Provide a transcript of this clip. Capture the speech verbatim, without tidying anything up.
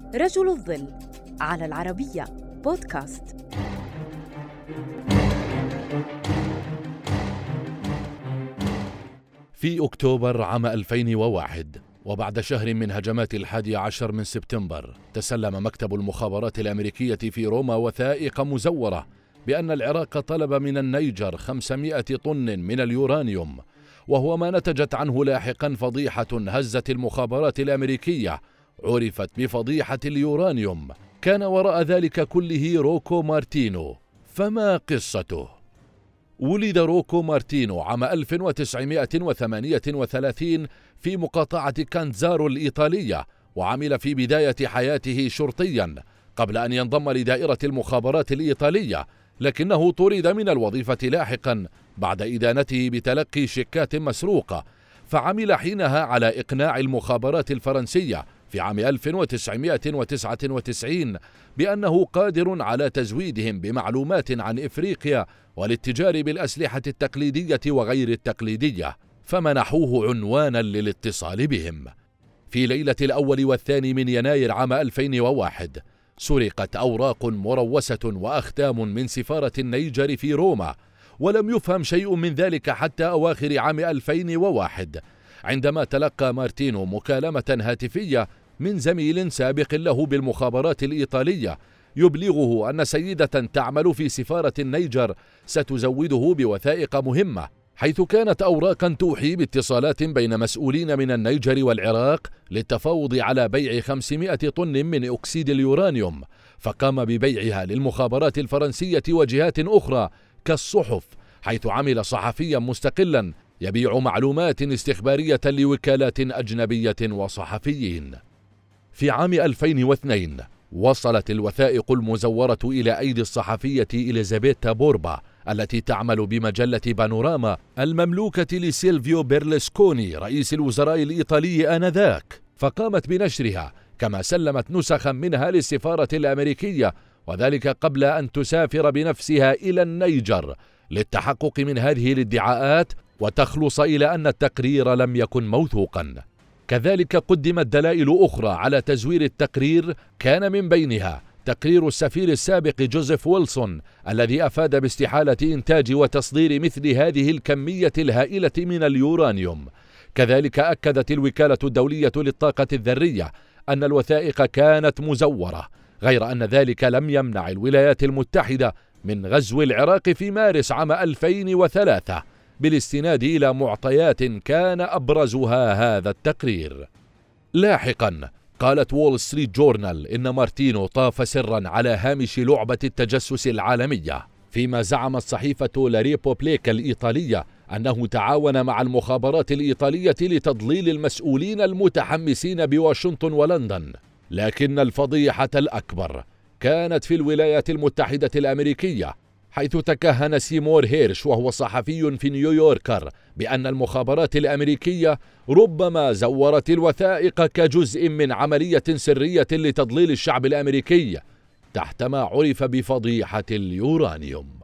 رجل الظل على العربية بودكاست. في أكتوبر عام ألفين وواحد، وبعد شهر من هجمات الحادي عشر من سبتمبر، تسلم مكتب المخابرات الأمريكية في روما وثائق مزورة بأن العراق طلب من النيجر خمسمائة طن من اليورانيوم، وهو ما نتجت عنه لاحقا فضيحة هزت المخابرات الأمريكية عرفت بفضيحة اليورانيوم. كان وراء ذلك كله روكو مارتينو. فما قصته؟ ولد روكو مارتينو عام ألف وتسعمائة وثمانية وثلاثين في مقاطعة كانزارو الإيطالية، وعمل في بداية حياته شرطيا قبل أن ينضم لدائرة المخابرات الإيطالية، لكنه طرد من الوظيفة لاحقا بعد إدانته بتلقي شيكات مسروقة، فعمل حينها على إقناع المخابرات الفرنسية في عام ألف وتسعمائة وتسعة وتسعين بأنه قادر على تزويدهم بمعلومات عن إفريقيا والاتجار بالأسلحة التقليدية وغير التقليدية، فمنحوه عنوانا للاتصال بهم. في ليلة الأول والثاني من يناير عام ألفين وواحد سرقت أوراق مروسة وأختام من سفارة النيجر في روما، ولم يفهم شيء من ذلك حتى أواخر عام ألفين وواحد، عندما تلقى مارتينو مكالمة هاتفية من زميل سابق له بالمخابرات الإيطالية يبلغه أن سيدة تعمل في سفارة النيجر ستزوده بوثائق مهمة، حيث كانت أوراقا توحي باتصالات بين مسؤولين من النيجر والعراق للتفاوض على بيع خمسمائة طن من أكسيد اليورانيوم، فقام ببيعها للمخابرات الفرنسية وجهات أخرى كالصحف، حيث عمل صحفيا مستقلا يبيع معلومات استخبارية لوكالات أجنبية وصحفيين. في عام ألفين واثنين وصلت الوثائق المزورة إلى أيدي الصحفية إليزابيتا بوربا التي تعمل بمجلة بانوراما المملوكة لسيلفيو بيرلسكوني رئيس الوزراء الإيطالي آنذاك، فقامت بنشرها، كما سلمت نسخا منها للسفارة الأمريكية، وذلك قبل أن تسافر بنفسها إلى النيجر للتحقق من هذه الادعاءات وتخلص إلى أن التقرير لم يكن موثوقا. كذلك قدمت دلائل أخرى على تزوير التقرير، كان من بينها تقرير السفير السابق جوزيف ويلسون الذي أفاد باستحالة إنتاج وتصدير مثل هذه الكمية الهائلة من اليورانيوم. كذلك أكدت الوكالة الدولية للطاقة الذرية أن الوثائق كانت مزورة، غير أن ذلك لم يمنع الولايات المتحدة من غزو العراق في مارس عام ألفين وثلاثة بالاستناد إلى معطيات كان أبرزها هذا التقرير. لاحقا قالت وول ستريت جورنال إن مارتينو طاف سرا على هامش لعبة التجسس العالمية، فيما زعمت صحيفة لا ريبوبليكا الإيطالية أنه تعاون مع المخابرات الإيطالية لتضليل المسؤولين المتحمسين بواشنطن ولندن. لكن الفضيحة الأكبر كانت في الولايات المتحدة الأمريكية، حيث تكهن سيمور هيرش وهو صحفي في نيويوركر بأن المخابرات الأمريكية ربما زورت الوثائق كجزء من عملية سرية لتضليل الشعب الأمريكي تحت ما عرف بفضيحة اليورانيوم.